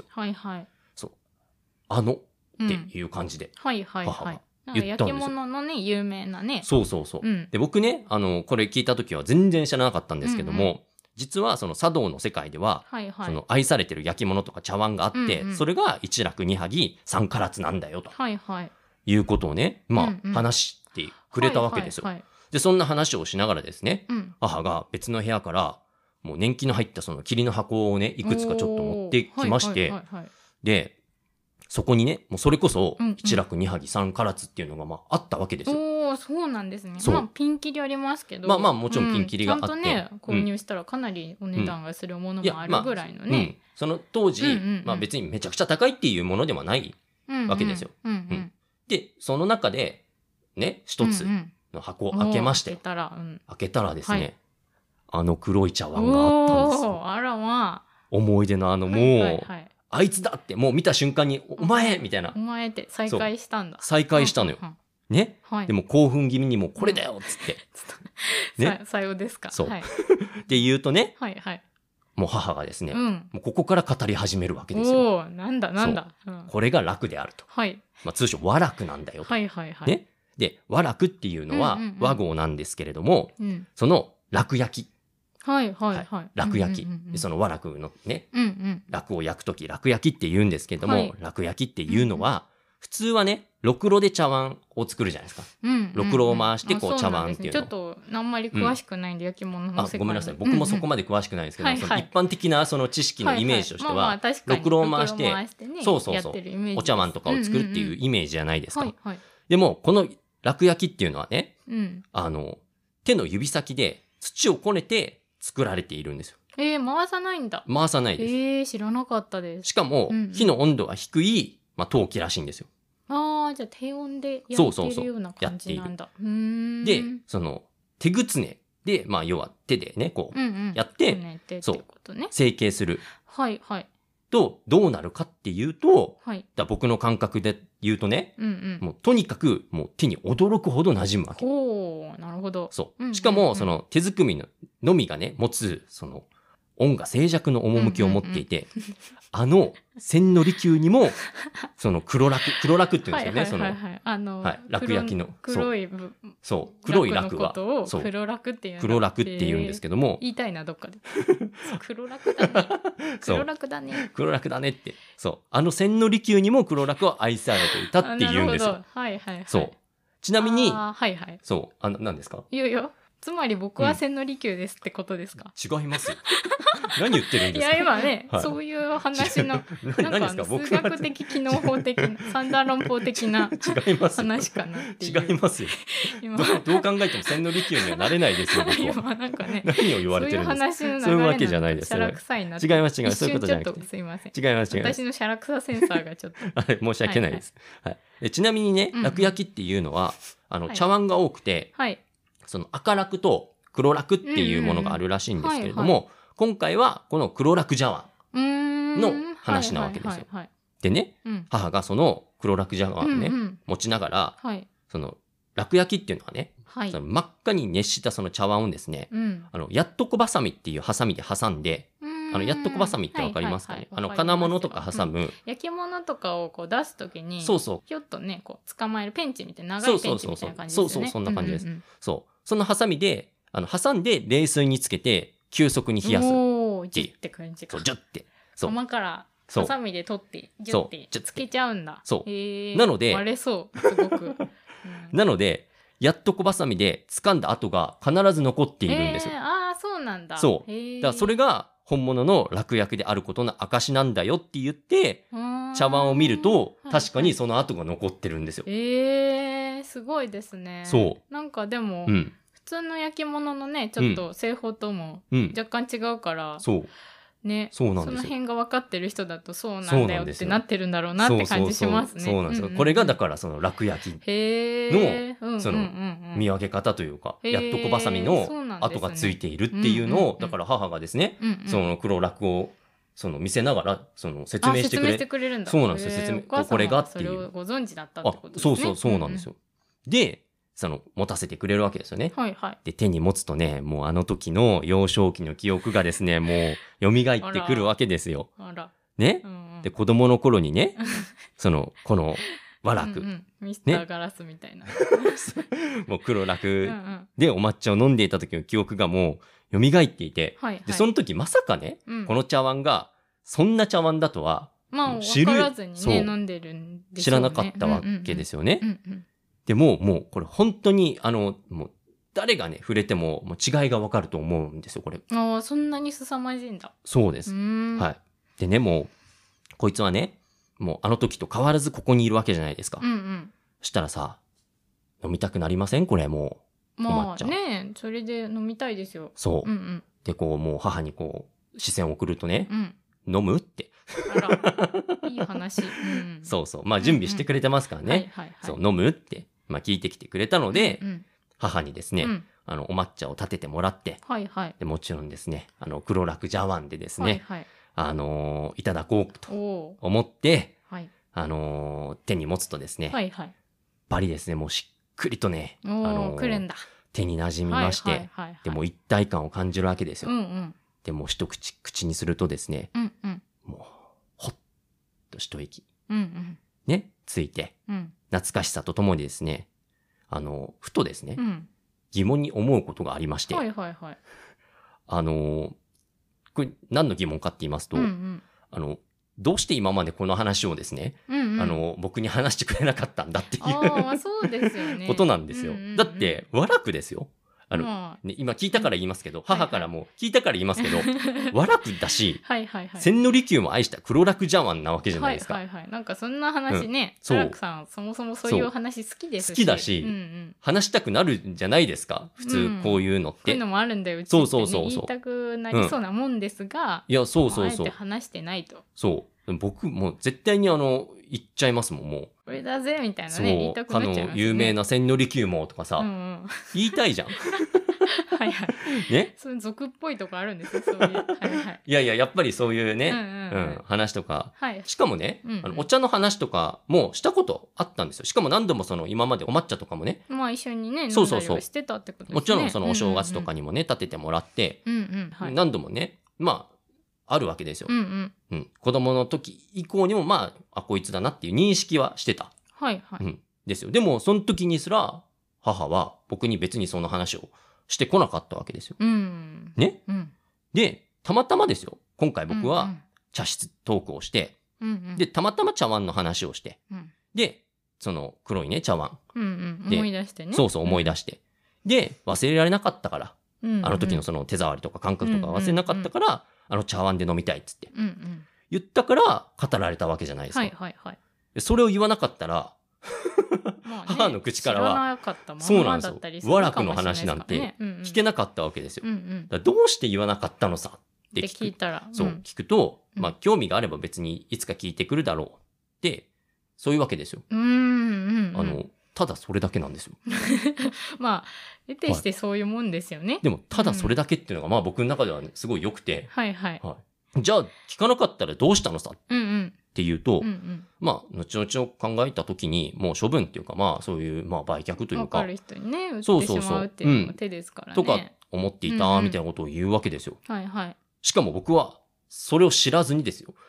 っていう感じで。母が言ったんですよ。 焼き物のね、有名なね。 そう。で、僕ね、これ聞いた時は全然知らなかったんですけども、実はその茶道の世界では、その愛されてる焼き物とか茶碗があって、それが一楽二萩三唐津なんだよと。いうことをね、話してくれたわけですよ。で、そんな話をしながらですね、母が別の部屋から、もう年季の入ったその桐の箱をね、いくつかちょっと持ってきまして、で、そこにね、もうそれこそ、一楽二萩三唐津っていうのがあったわけですよ。 そうなんですね。ピンキリありますけど。 もちろんピンキリがあって。 ちゃんとね、購入したらかなりお値段がするものもあるぐらいのね。 その当時、別にめちゃくちゃ高いっていうものではないわけですよ。で、その中で、ね、一つの箱を開けまして、開けたらですね、黒い茶碗があったんですよ。 あらまあ。 思い出のもう、あいつだってもう見た瞬間に、お前みたいな。 お前って再会したんだ。 再会したのよ。ね。でも興奮気味にもうこれだよっつって。 ね。さようですか。 そう。って言うとね、もう母がですね、もうここから語り始めるわけですよ。 なんだ。 これが楽であると。通称和楽なんだよと。ね。で、和楽っていうのは和合なんですけれども、その楽焼き。楽焼き。その和楽のね、楽を焼くとき、楽焼きって言うんですけれども、楽焼きっていうのは、普通はね、ろくろで茶碗を作るじゃないですか。ろくろを回して、こう茶碗っていうの。 ちょっと、あんまり詳しくないんで、焼き物の世界。 ごめんなさい。僕もそこまで詳しくないんですけど、その一般的なその知識のイメージとしては、ろくろを回して、お茶碗とかを作るっていうイメージじゃないですか。でも、この楽焼きっていうのはね、手の指先で土をこねて、作られているんですよ。 回さないんだ。 回さないです。知らなかったです。 しかも、火の温度が低い、陶器らしいんですよ。 じゃあ低温で焼いてるような感じなんだ。 で、その、手ぐつねで、要は手でね、こう、やって、成形する。と、どうなるかっていうと、僕の感覚で言うとね、もうとにかくもう手に驚くほど馴染むわけ。 なるほど。 そう。しかも、その手づくみのみがね、持つ、その、 恩が静寂の趣を持っていて、千利休にも、その黒楽って言うんですよね、その、楽焼きの。 黒い楽が。 黒楽っていうんだ。 黒楽って言うんですけども。 言いたいな、どっかで。黒楽だね。黒楽だね。 黒楽だねって。そう。千利休にも黒楽は愛されていたって言うんですよ。そう。ちなみに、そう、何ですか？ いや。つまり僕は千利休ですってことですか？ 違いますよ。何言ってるんですか？ いや今ね、そういう話のなんか数学的機能法的な三段論法的な話かなっていう。 違いますよ。どう考えても千利休にはなれないですよ。僕は。 今なんかね、 何を言われてるんですか？ そういうわけじゃないです。 シャラ臭いな。 違います。そういうことじゃなくて。 すいません。 違います。 私のシャラ臭センサーがちょっと。 申し訳ないです。ちなみにね、楽焼きっていうのは茶碗が多くて、その赤楽と黒楽っていうものがあるらしいんですけれども、今回はこの黒楽茶碗の話なわけですよ。でね、母がその黒楽茶碗をね、持ちながら、その楽焼きっていうのはね、その真っ赤に熱したその茶碗をですね、やっとこばさみっていうハサミで挟んで、やっとこばさみってわかりますかね？金物とか挟む。 焼き物とかをこう出すときに、ひょっとね、こう捕まえるペンチみたいな、長いペンチみたいな感じですよね。 そんな感じです。そう。そのハサミで、挟んで冷水につけて急速に冷やす。 ジュッて感じか。 そう、ジュッて。 釜からハサミで取って、ジュッてつけちゃうんだ。 そう。なので、 割れそう、すごく。 なので、やっとこばさみで掴んだ跡が必ず残っているんですよ。 ああ、そうなんだ。 そう。だからそれが本物の楽焼きであることの証なんだよって言って、茶碗を見ると、確かにその跡が残ってるんですよ。 すごいですね。 そう。 なんかでも、普通の焼き物のね、ちょっと製法とも若干違うから、ね、その辺が分かってる人だとそうなんだよってなってるんだろうなって感じしますね。 そうなんですよ。これがだからその楽焼きのその見分け方というか、やっとこばさみの跡がついているっていうのを、だから母がですね、その黒楽をその見せながらその説明してくれるんだ。そうなんですよ。説明。これがっていう。 それをご存知だったってことですね。 そうなんですよ。で、持たせてくれるわけですよね。で、手に持つとね、もうあの時の幼少期の記憶がですね、もう蘇ってくるわけですよ。ね、で、子供の頃にね、この和楽。 ミスターガラスみたいな。 もう黒楽でお抹茶を飲んでいた時の記憶がもう蘇っていて、で、その時まさかね、この茶碗がそんな茶碗だとは、 分からずにね、飲んでるんでしょうね。 知らなかったわけですよね。でもうこれ本当にもう誰がね触れても違いがわかると思うんですよこれ。 そんなに凄まじいんだ。 そうです。はい。でね、もうこいつはね、もうあの時と変わらずここにいるわけじゃないですか。そしたらさ、飲みたくなりません？これもう。 まあね、それで飲みたいですよ。 そう。でこうもう母にこう視線を送るとね、飲むって。 あら、いい話。 そう。まあ準備してくれてますからね。そう、飲むって。聞いてきてくれたので、母にですね、お抹茶を立ててもらって、でもちろんですね、黒楽茶碗でですね、いただこうと思って、手に持つとですね、バリですね、もうしっくりとね、手に馴染みまして、でも一体感を感じるわけですよ。でも一口にするとですね、もう、ほっと一息、ね、ついて、懐かしさとともにですね、ふとですね、疑問に思うことがありまして、これ何の疑問かって言いますと、どうして今までこの話をですね、僕に話してくれなかったんだっていうそうですよね、 ことなんですよ。だって、和楽ですよ。今聞いたから言いますけど、母からも聞いたから言いますけど、和楽だし、千利休も愛した黒楽茶碗なわけじゃないですか。 なんかそんな話ね、和楽さんそもそもそういう話好きですし。 好きだし、話したくなるんじゃないですか。普通こういうのって。 こういうのもあるんだよ、うちってね、言いたくなりそうなもんですが、 いや、そう。 あえて話してないと。 そう。僕もう絶対に言っちゃいますもん、もう。 これだぜみたいなね、言いたくなっちゃいますね。 有名な千利休もとかさ、言いたいじゃん。ね、 そういう俗っぽいとこあるんですよ、そういう。 いややっぱりそういうね、話とか、しかもね、お茶の話とかもしたことあったんですよ。しかも何度も今までお抹茶とかもね、 一緒にね、飲んだりはしてたってことですね。 もちろんお正月とかにもね、立ててもらって、何度もね、 まあ、あるわけですよ。 うんうん。 子供の時以降にも、まあ、こいつだなっていう認識はしてた。 はいはい。 ですよ。でも、その時にすら、母は僕に別にその話をしてこなかったわけですよ。ね、で、たまたまですよ。今回僕は茶室トークをして、で、たまたま茶碗の話をして、で、その黒いね、茶碗。 思い出してね。 そうそう、思い出して。で、忘れられなかったから、あの時のその手触りとか感覚とか忘れなかったから、茶碗で飲みたいっつって。言ったから、語られたわけじゃないですか。 はいはいはい。 それを言わなかったら、母の口からは、そうなんですよ。和楽の話なんて聞けなかったわけですよ。どうして言わなかったのさって聞いたら、そう、聞くと、まあ、興味があれば別にいつか聞いてくるだろうって、そういうわけですよ。ただそれだけなんですよ。 まあ、得てしてそういうもんですよね。 でも、ただそれだけっていうのが、まあ僕の中ではすごい良くて、じゃあ聞かなかったらどうしたのさっていうと、まあ、後々考えた時に、もう処分っていうか、まあ、そういう、まあ、売却というか。 分かる人にね、売ってしまうっていうのも手ですからね。 とか思っていた、みたいなことを言うわけですよ。しかも僕は、それを知らずにですよ。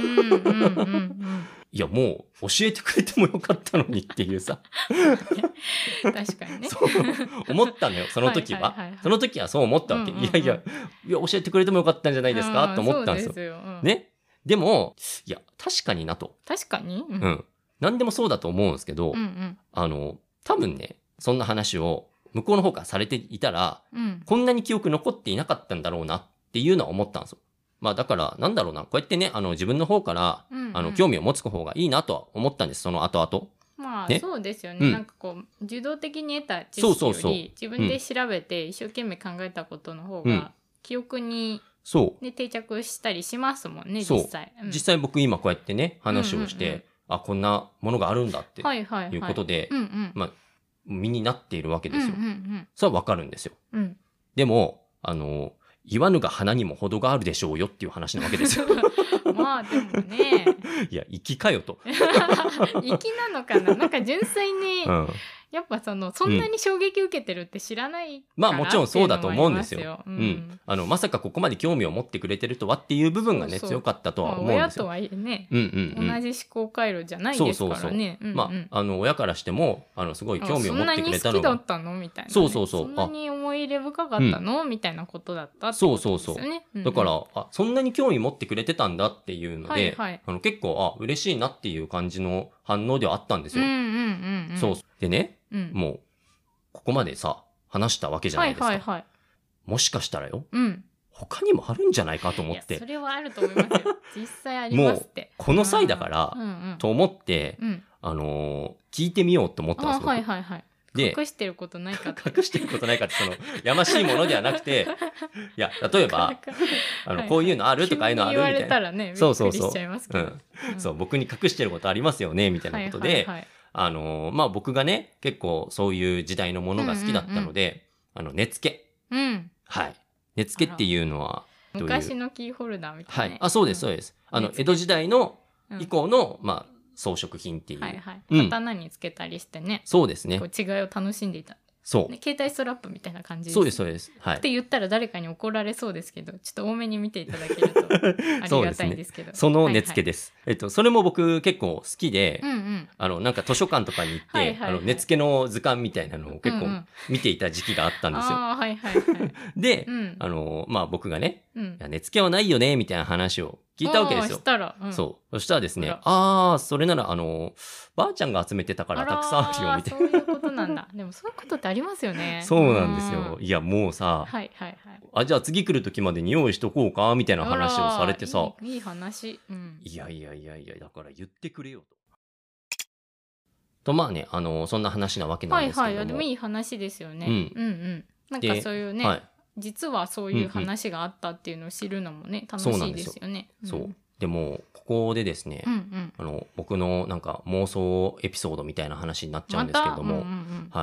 いや、もう、教えてくれてもよかったのにっていうさ。 確かにね。 そう思ったのよ、その時は。その時はそう思ったわけ。いや、教えてくれてもよかったんじゃないですかと思ったんですよ。ね。でも、いや、確かになと。 確かに何でもそうだと思うんですけど、多分ね、そんな話を向こうの方からされていたら、こんなに記憶残っていなかったんだろうなっていうのは思ったんですよ。まあだから、なんだろうな、こうやってね、自分の方から、興味を持つ方がいいなとは思ったんです、その後々。 まあ、そうですよね。なんかこう、受動的に得た知識より、自分で調べて一生懸命考えたことの方が、記憶に、ね、定着したりしますもんね、実際。 実際僕今こうやってね、話をして、あ、こんなものがあるんだっていうことで、まあ、身になっているわけですよ。それはわかるんですよ。でも、言わぬが花にも程があるでしょうよっていう話なわけですよ。 まあでもね。 いや、粋かよと。 粋なのかな、なんか純粋に、やっぱそんなに衝撃受けてるって知らないまあもちろんそうだと思うんですよ。まさかここまで興味を持ってくれてるとはっていう部分がね、強かったとは思うんですよ。 親とはいえね、同じ思考回路じゃないですからね。 まあ、親からしても、すごい興味を持ってくれたのが。 そんなに好きだったのみたいな。そんなに思い入れ深かったのみたいなことだったってことですよね。 だから、そんなに興味持ってくれてたんだっていうので、結構、嬉しいなっていう感じの反応ではあったんですよ。そう。でね、もう、ここまでさ、話したわけじゃないですか。もしかしたらよ、他にもあるんじゃないかと思って。 それはあると思いますよ。実際ありますって。 もう、この際だから、と思って、聞いてみようと思ったんですよ。 で、隠してることないかって。 隠してることないかって、やましいものではなくて、いや、例えば、こういうのあるとかああいうのあるみたいな。 言われたらね、びっくりしちゃいますけど。 そう、僕に隠してることありますよね、みたいなことで、まあ僕がね、結構そういう時代のものが好きだったので、根付。はい。根付っていうのは昔のキーホルダーみたいな。 はい。あ、そうです、そうです。江戸時代の以降の、まあ、装飾品っていう。 刀につけたりしてね。 そうですね。 違いを楽しんでいた。 そう。 携帯ストラップみたいな感じです。 そうです、そうです。はい。 って言ったら誰かに怒られそうですけど、ちょっと多めに見ていただけるとありがたいんですけど。 その根付けです。それも僕結構好きで、なんか図書館とかに行って、根付けの図鑑みたいなのを結構見ていた時期があったんですよ。で、まあ僕がね、根付けはないよね、みたいな話を聞いたわけですよ。そう。そしたらですね、それなら、ばあちゃんが集めてたからたくさんあるよ、みたいな。 そういうことなんだ。でもそういうことってありますよね。 そうなんですよ。いや、もうさ、じゃあ次来る時までに用意しとこうか、みたいな話をされてさ。 いい話。 いや、だから言ってくれよと。と、まあね、そんな話なわけなんですけども。 でもいい話ですよね。なんかそういうね、実はそういう話があったっていうのを知るのもね、楽しいですよね。 そう。でも、ここでですね、僕のなんか妄想エピソードみたいな話になっちゃうんですけども、はい。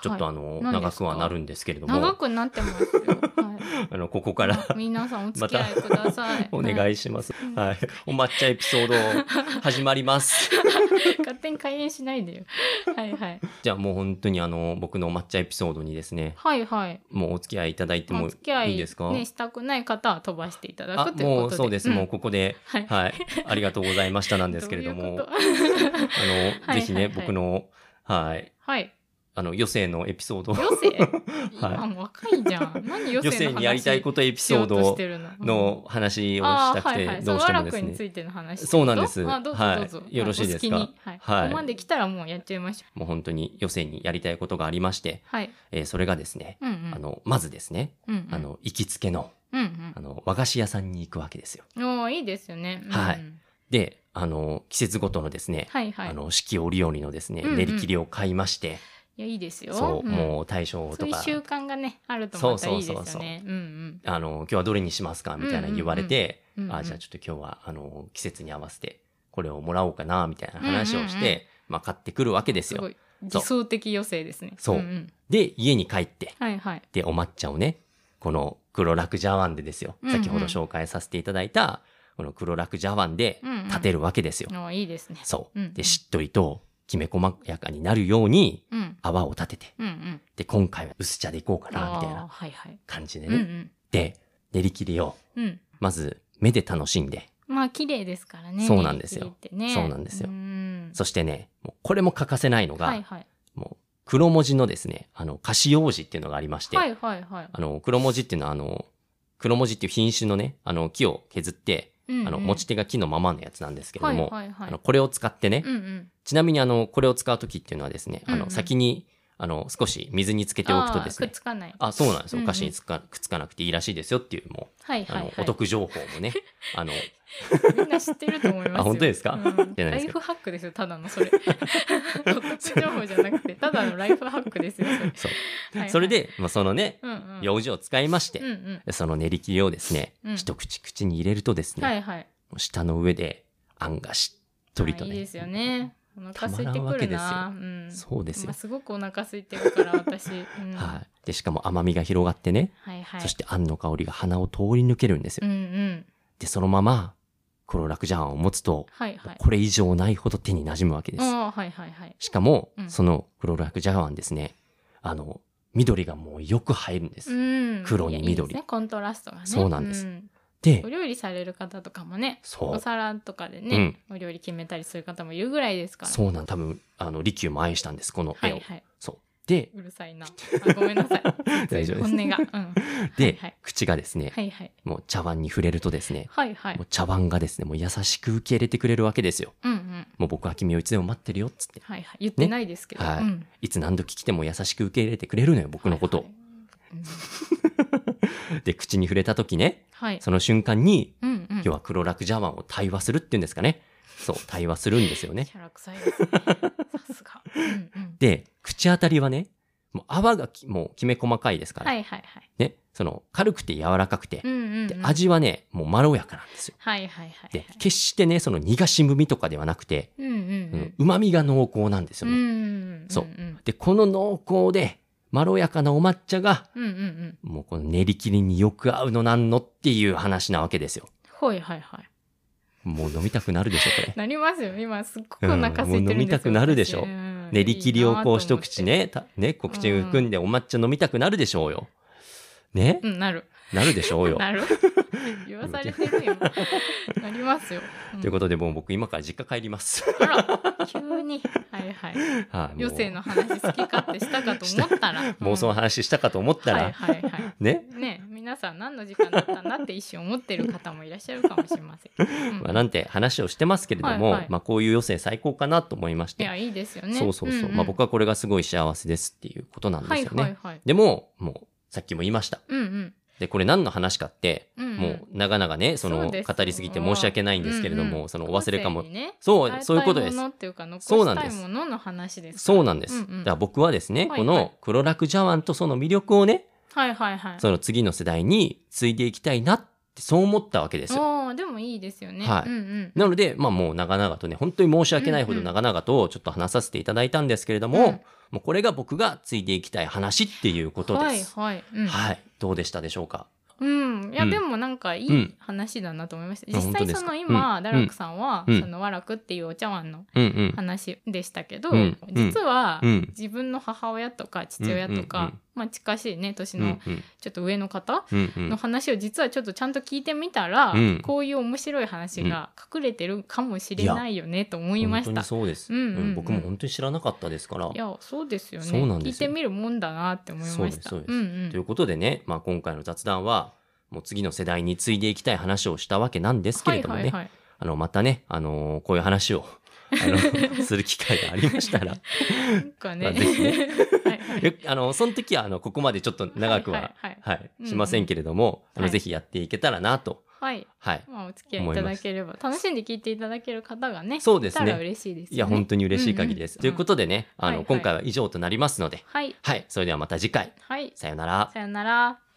ちょっと長くはなるんですけれども。 長くなってますよ。はい、 ここから皆さんお付き合いください。 お願いします。はい。お抹茶エピソード始まります。 勝手に開演しないでよ。はいはい。 じゃあもう本当に僕のお抹茶エピソードにですね。 はいはい。 もうお付き合いいただいてもいいですか？ ね、したくない方は飛ばしていただくということで。 もうそうです。もうここで、はい、ありがとうございましたなんですけれども、ぜひね、僕の、はい。 はい。 余生のエピソード。 余生今も若いじゃん。何余生にやりたいことエピソードの話をしたくて、どうしてもですね。 についての話。 そうなんです。 どうぞどうぞ。 よろしいですか？ はい。ここまで来たらもうやっちゃいましょう。もう本当に余生にやりたいことがありまして、はい。それがですね、まずですね、行きつけの、和菓子屋さんに行くわけですよ。 おー、いいですよね。 はい。で、季節ごとのですね、四季折々のですね、練り切りを買いまして、 いや、いいですよ。 そう、もう大正とか。 そういう習慣がね、あるとまたいいですよね。 今日はどれにしますかみたいな言われて、じゃあちょっと今日は、季節に合わせて、これをもらおうかな、みたいな話をして、まあ、買ってくるわけですよ。すごい。 理想的余生ですね。 そう。で、家に帰って、で、お抹茶をね、この黒楽茶碗でですよ。先ほど紹介させていただいた、この黒楽茶碗で立てるわけですよ。 いいですね。 そう。で、しっとりと、きめ細やかになるように泡を立てて、で今回は薄茶でいこうかなみたいな感じでね、で練り切りをまず目で楽しんで、 まあ綺麗ですからね。 そうなんですよ。そうなんですよ。そしてね、もうこれも欠かせないのが、もう黒文字のですね、菓子王子っていうのがありまして、黒文字っていうのは黒文字っていう品種のね、木を削って持ち手が木のままのやつなんですけれども、これを使ってね、ちなみにこれを使う時っていうのはですね、先に少し水につけておくとですね、 くっつかない。 そうなんですよ。お菓子にくっつかなくていいらしいですよっていうもう、お得情報もね、 みんな知ってると思いますよ。 本当ですか？ ライフハックですよ、ただのそれ。お得情報じゃなくて、ただのライフハックですよ。 そう。それで、そのね、ようじを使いまして、その練り切りをですね、一口口に入れるとですね、舌の上であんがしっとりとね。 いいですよね。お腹空いてくるな。 そうですよ。 すごくお腹空いてるから私。 はい。でしかも甘みが広がってね。そしてあんの香りが鼻を通り抜けるんですよ。でそのまま黒楽茶碗を持つと、これ以上ないほど手に馴染むわけです。しかもその黒楽茶碗ですね。緑がもうよく映えるんです。黒に緑。 コントラストがね。 そうなんです。 でお料理される方とかもね、お皿とかでね、お料理決めたりする方もいるぐらいですから。 そうなん、多分利休も愛したんです、この絵を。そうで、 うるさいな。ごめんなさい。 大丈夫です。 本音が。 で、口がですね、もう茶碗に触れるとですね、もう茶碗がですね、もう優しく受け入れてくれるわけですよ。もう僕は君をいつでも待ってるよっつって。 言ってないですけど。 いつ何時来ても優しく受け入れてくれるのよ、僕のことを。で口に触れた時ね、その瞬間に、今日は黒楽茶碗を対話するっていうんですかね。そう対話するんですよね。 キャラ臭いですね。さすが。 で口当たりはね、もう泡がもうきめ細かいですから、ね、その軽くて柔らかくて、で味はねもうまろやかなんですよ。で決してねその苦しむみとかではなくて、旨味が濃厚なんですよね。そうでこの濃厚でまろやかなお抹茶が、もうこの練り切りによく合うのなんのっていう話なわけですよ。もう飲みたくなるでしょ、これ。 なりますよ。今すっごくお腹空いてるんですよ。 もう飲みたくなるでしょ。練り切りをこう一口ね、小口に含んでお抹茶飲みたくなるでしょうよ。ね？ なる。 なるでしょうよ。 なる。言わされてるよ。なりますよ。 ということで、もう僕今から実家帰ります。 あら、急に。余生の話好き勝手したかと思ったら。 妄想の話したかと思ったら。ね。 皆さん何の時間だったんだって一瞬思ってる方もいらっしゃるかもしれません。 なんて話をしてますけれども、こういう余生最高かなと思いまして。 いや、いいですよね。 そう。僕はこれがすごい幸せですっていうことなんですよね。でも、もう、さっきも言いました。で、これ何の話かって、もう長々ね、語りすぎて申し訳ないんですけれども、お忘れかも。そういうことです。 そうなんです。 そうなんです。だから僕はですね、この黒楽茶碗とその魅力をね、その次の世代に継いでいきたいなっそう思ったわけですよ。 でもいいですよね。 はい。なので、もう長々とね、本当に申し訳ないほど長々とちょっと話させていただいたんですけれども、もうこれが僕がついていきたい話っていうことです。はい。どうでしたでしょうか？ いや、でもなんかいい話だなと思いました。実際その今、ダラックさんは、その和楽っていうお茶碗の話でしたけど、実は自分の母親とか父親とか、近しいね、年のちょっと上の方の話を実はちょっとちゃんと聞いてみたら、こういう面白い話が隠れてるかもしれないよねと思いました。 本当にそうです。僕も本当に知らなかったですから。 いや、そうですよね。聞いてみるもんだなって思いました。 そうです。ということでね、今回の雑談は、もう次の世代に継いでいきたい話をしたわけなんですけれどもね、またね、こういう話をする機会がありましたら、ぜひね、その時はここまでちょっと長くはしませんけれども、ぜひやっていけたらなと。 お付き合いいただければ、楽しんで聞いていただける方がね、 そうですね、 いたら嬉しいですよね。 いや、本当に嬉しい限りです。ということでね、今回は以上となりますので、それではまた次回、さよなら。 さよなら。